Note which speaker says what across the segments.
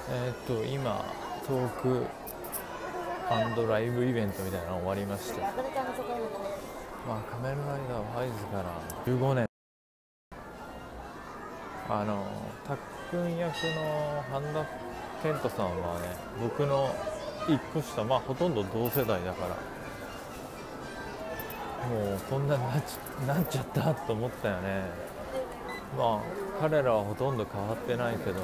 Speaker 1: 今トークライブイベントみたいなの終わりまして、仮面ライダーファイズから15年、たっくん役の半田健人さんはね、僕の1個下、ほとんど同世代だから、もうこんなになっちゃったと思ったよね。彼らはほとんど変わってないけど、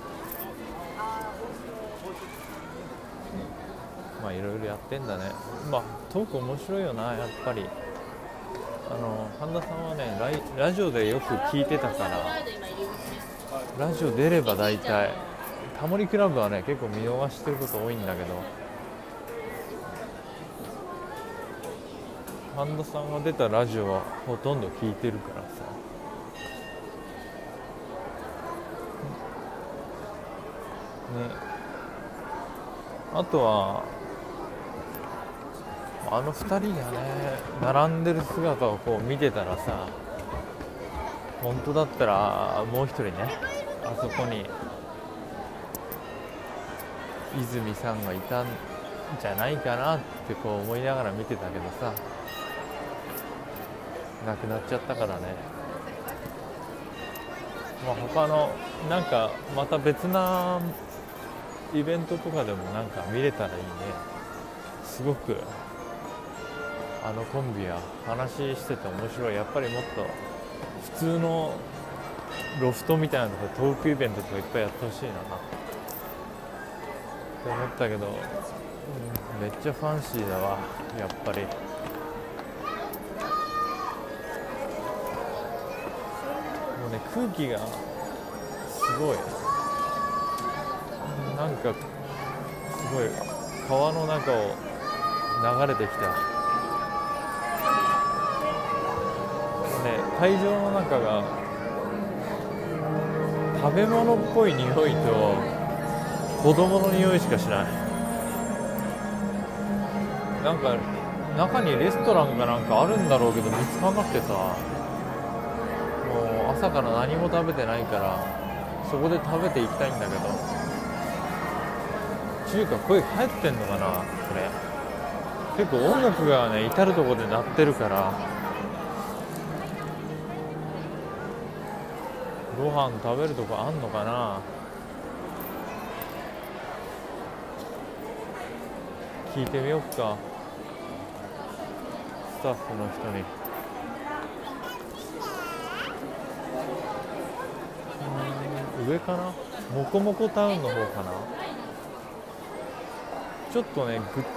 Speaker 1: いろいろやってんだね。トーク面白いよな、やっぱり。半田さんはね、ラジオでよく聞いてたから、ラジオ出れば大体、タモリクラブはね、結構見逃してること多いんだけど、半田さんが出たラジオはほとんど聞いてるからさ。ね、あとは2人がね並んでる姿をこう見てたらさ、本当だったらもう一人ね、あそこに泉さんがいたんじゃないかなってこう思いながら見てたけどさ、亡くなっちゃったからね。他のなんかまた別なイベントとかでもなんか見れたらいいね。すごくコンビは話してて面白い。やっぱりもっと普通のロフトみたいなとこでトークイベントとかいっぱいやってほしいなって思ったけど、めっちゃファンシーだわ、やっぱり。もうね、空気がすごい、なんかすごい川の中を流れてきたね。会場の中が食べ物っぽい匂いと子供の匂いしかしない。なんか中にレストランかなんかあるんだろうけど見つからなくてさ、もう朝から何も食べてないからそこで食べていきたいんだけど、中華声入ってんのかな。これ結構音楽がね至るところで鳴ってるから、ご飯食べるとこあんのかな。聞いてみよっか、スタッフの人に。上かな、もこもこタウンの方かな。ちょっとね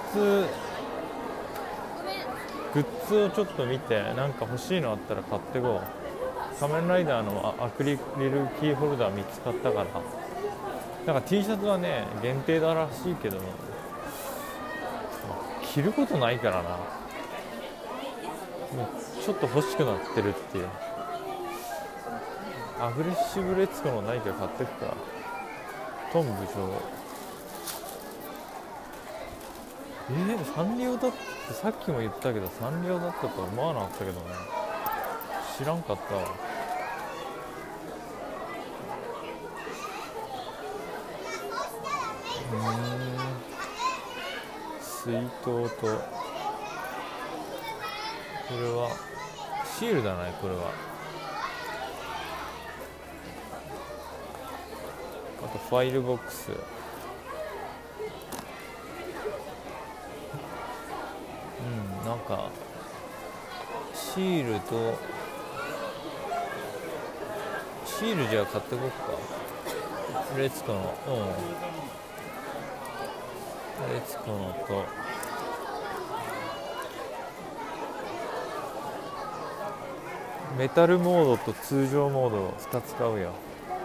Speaker 1: グッズをちょっと見て、なんか欲しいのあったら買ってこう。仮面ライダーのアクリルキーホルダー見つかったから。なんか T シャツはね限定だらしいけど、着ることないからな。もうちょっと欲しくなってるっていう。アグレッシブレッツコのないか買ってくか。トム部長、サンリオだってさっきも言ったけど、サンリオだったとは思わなかったけどね。知らんかったわ。水筒と、これはシールだね。これはあとファイルボックス、なんかシールじゃあ買ってこっか。レツコのレツコのとメタルモードと通常モードを2つ買うよ。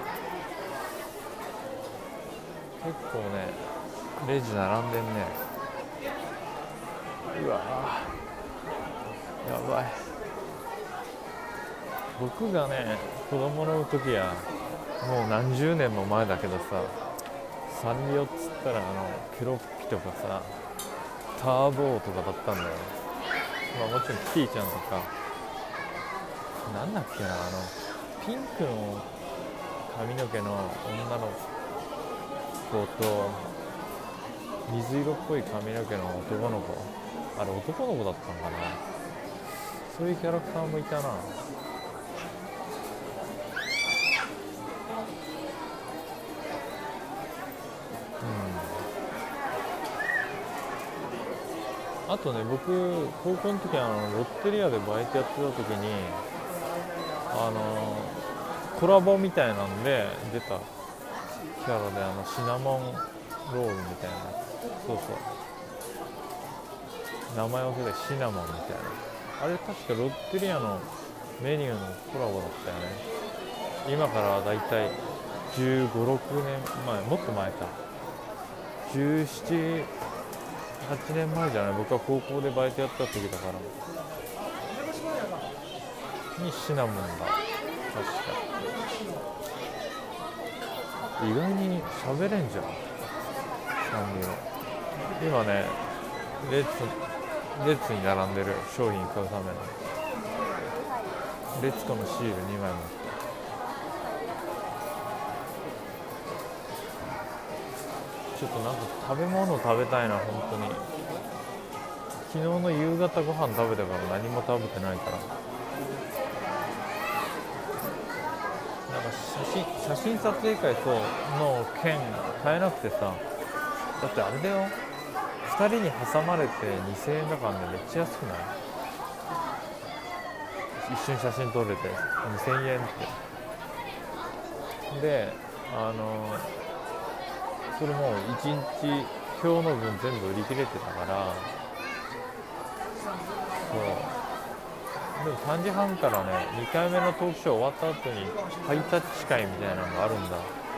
Speaker 1: 結構ねレジ並んでんね。うわやばい。僕がね子供の時はもう何十年も前だけどさ、サンリオっつったらケロッピとかさ、ターボーとかだったんだよ。もちろんキティちゃんとか、なんだっけな、ピンクの髪の毛の女の子と水色っぽい髪の毛の男の子、あれ男の子だったのかな、そういうキャラクターもいたな。あとね、僕高校の時ロッテリアでバイトやってた時にコラボみたいなんで出たキャラでシナモンロールみたいな、そうそう、名前忘れてシナモンみたいな、あれ確かロッテリアのメニューのコラボだったよね。今からだいたい15、16年前、もっと前か、17、8年前じゃない、僕は高校でバイトやった時だからにシナモンだ、確か。意外に喋れんじゃん、サンリオ。今ね、列に並んでる商品買うためのレツコのシール2枚持って、ちょっとなんか食べ物食べたいな、本当に。昨日の夕方ご飯食べたから何も食べてないから、なんか写真撮影会の券買えなくてさ、だってあれだよ、2人に挟まれて2000円だからね、めっちゃ安くない？一緒に写真撮れて2000円って。で、それもう1日今日の分全部売り切れてたから、そうでも3時半からね、2回目のトークショー終わった後にハイタッチ会みたいなのがあるんだ。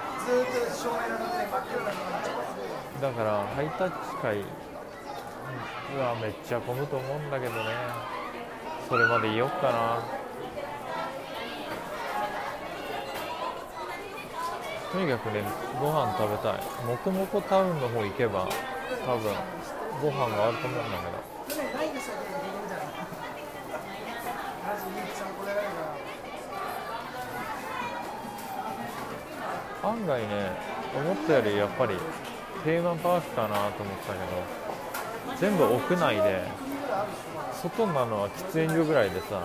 Speaker 1: だからハイタッチ会はめっちゃ混むと思うんだけどね、それまでいよっかな。とにかくね、ご飯食べたい。もこもこタウンの方行けば多分ご飯があると思うんだけど、案外ね、思ったよりやっぱりテーマパークかなと思ったけど、全部屋内で、外なのは喫煙所ぐらいでさ、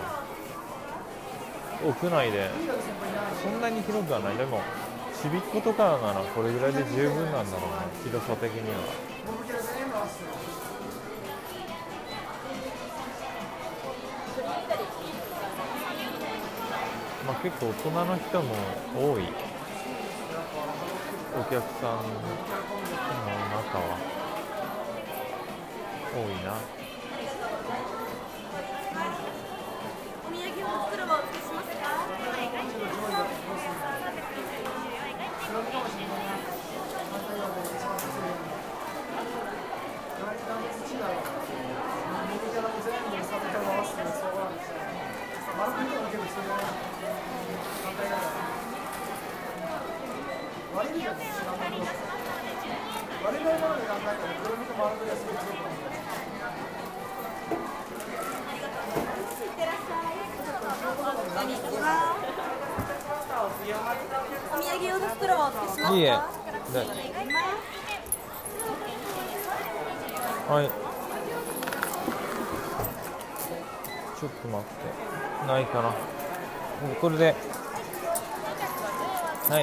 Speaker 1: 屋内でそんなに広くはない。でもちびっことかならこれぐらいで十分なんだろうね、広さ的には。まあ、結構大人の人も多い、お客さんの中は多いな。
Speaker 2: お土産の袋はお付けしますか？お土産用の袋はお付けしますか？
Speaker 1: いいえ、はい、ちょっと待って、ないかな、これで、はい、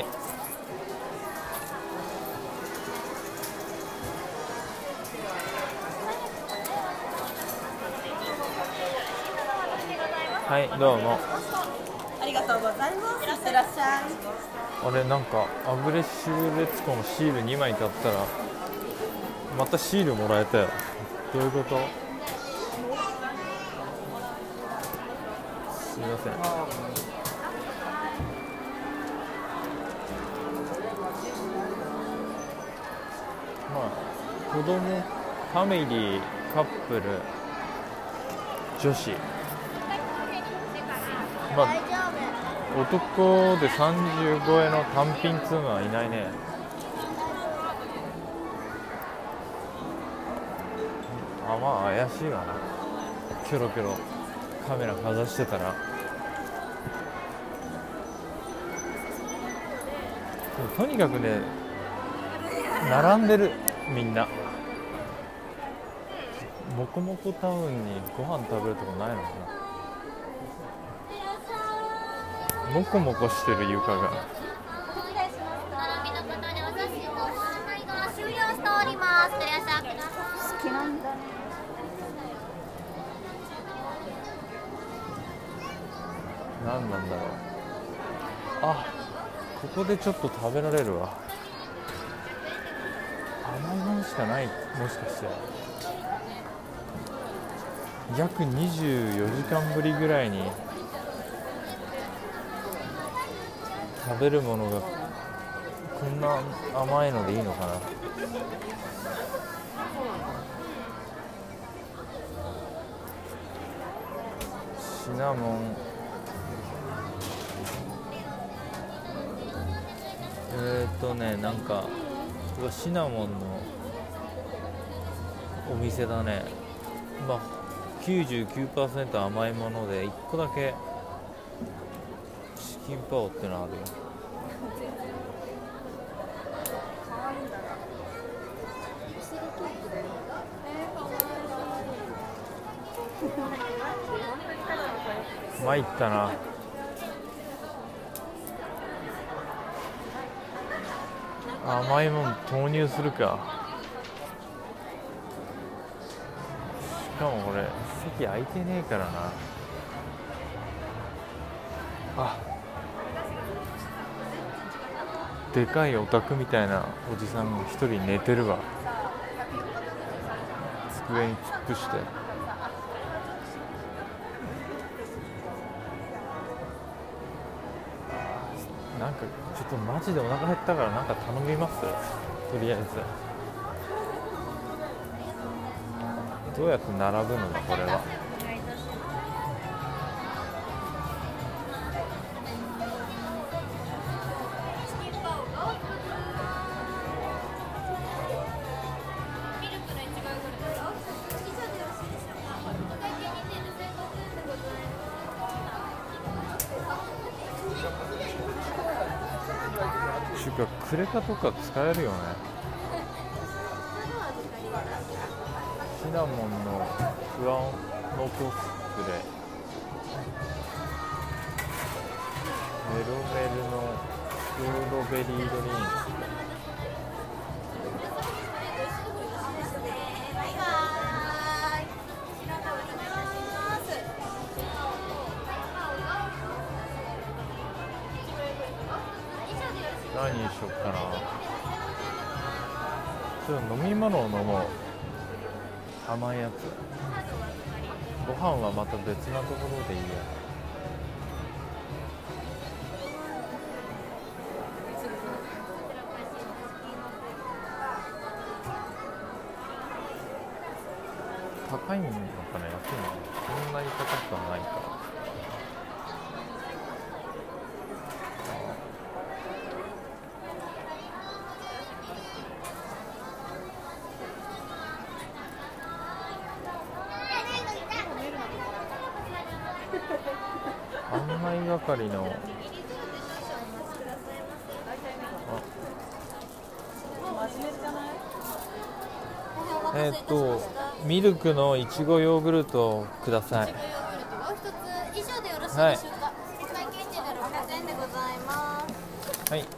Speaker 1: はい、どうも。
Speaker 2: ありがとうございます。いってらっしゃい。
Speaker 1: あれ、なんかアグレッシブレツコのシール2枚買ったらまたシールもらえたよ。どういうこと？すみません。まあ子供、ファミリー、カップル、女子、まあ男で30超えの単品っつうのはいないね。あ、まあ怪しいわな、キョロキョロカメラかざしてたら。とにかくね、 並んでるみんな。もこもこタウンにご飯食べるとこないのかな。もこもこしてる床が。
Speaker 2: 好きなんだね。
Speaker 1: 何なんだろう。あ、ここでちょっと食べられるわ。甘いものしかない。もしかして約24時間ぶりぐらいに食べるものがこんな甘いのでいいのかな。シナモン、なんかシナモンのお店だね。まあ 99% 甘いもので1個だけチキンパオってのあるよ。参ったな。甘いもん投入するか。しかもこれ席空いてねえからな。あ、でかいオタクみたいなおじさんが一人寝てるわ。机に突っ伏して。なんかちょっとマジでお腹減ったからなんか頼みます。とりあえずどうやって並ぶのだこれは。クレカとか使えるよね。シナモンのフラノコスプレ、メロメルのストロベリードリンク。何にしよっかな。ちょっと飲み物を飲もう。甘いやつ。ご飯はまた別なところでいいや。高いのかな、安いのかな。そんなに高くはないか。案内係のミルクのいちごヨーグルトをください。
Speaker 2: 以上でよろしいでしょうか。はい、お会計値で600円でございます。
Speaker 1: はい。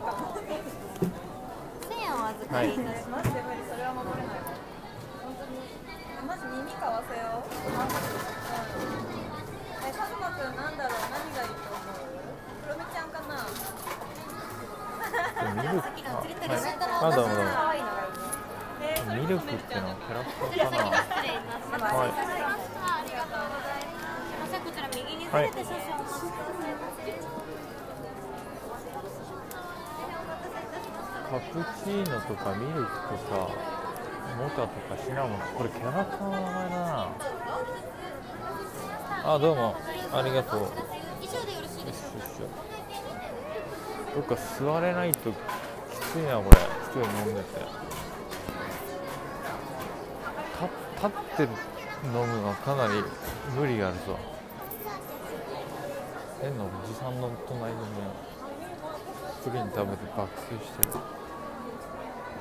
Speaker 2: 1000円お預かりいたします。それは守れない。本当にマジ耳かわせよ。佐久間くんなんだろう、何がいいと思う？クロメちゃんかな。
Speaker 1: ミルク、どうも。ミルクってのはキャラクターかな。はい。
Speaker 2: こちら右にずれて少々お待ちくださいませ。
Speaker 1: カプチーノとかミルクとかモカとかシナモン、これキャラクターの名前だな。あ、どうもありがとう。
Speaker 2: 以上でよろしいでしょうか。
Speaker 1: どっか座れないときついなこれ。一人飲んでて立って飲むのはかなり無理があるぞ。変なおじさんの隣でね、プリン食べて爆睡してる。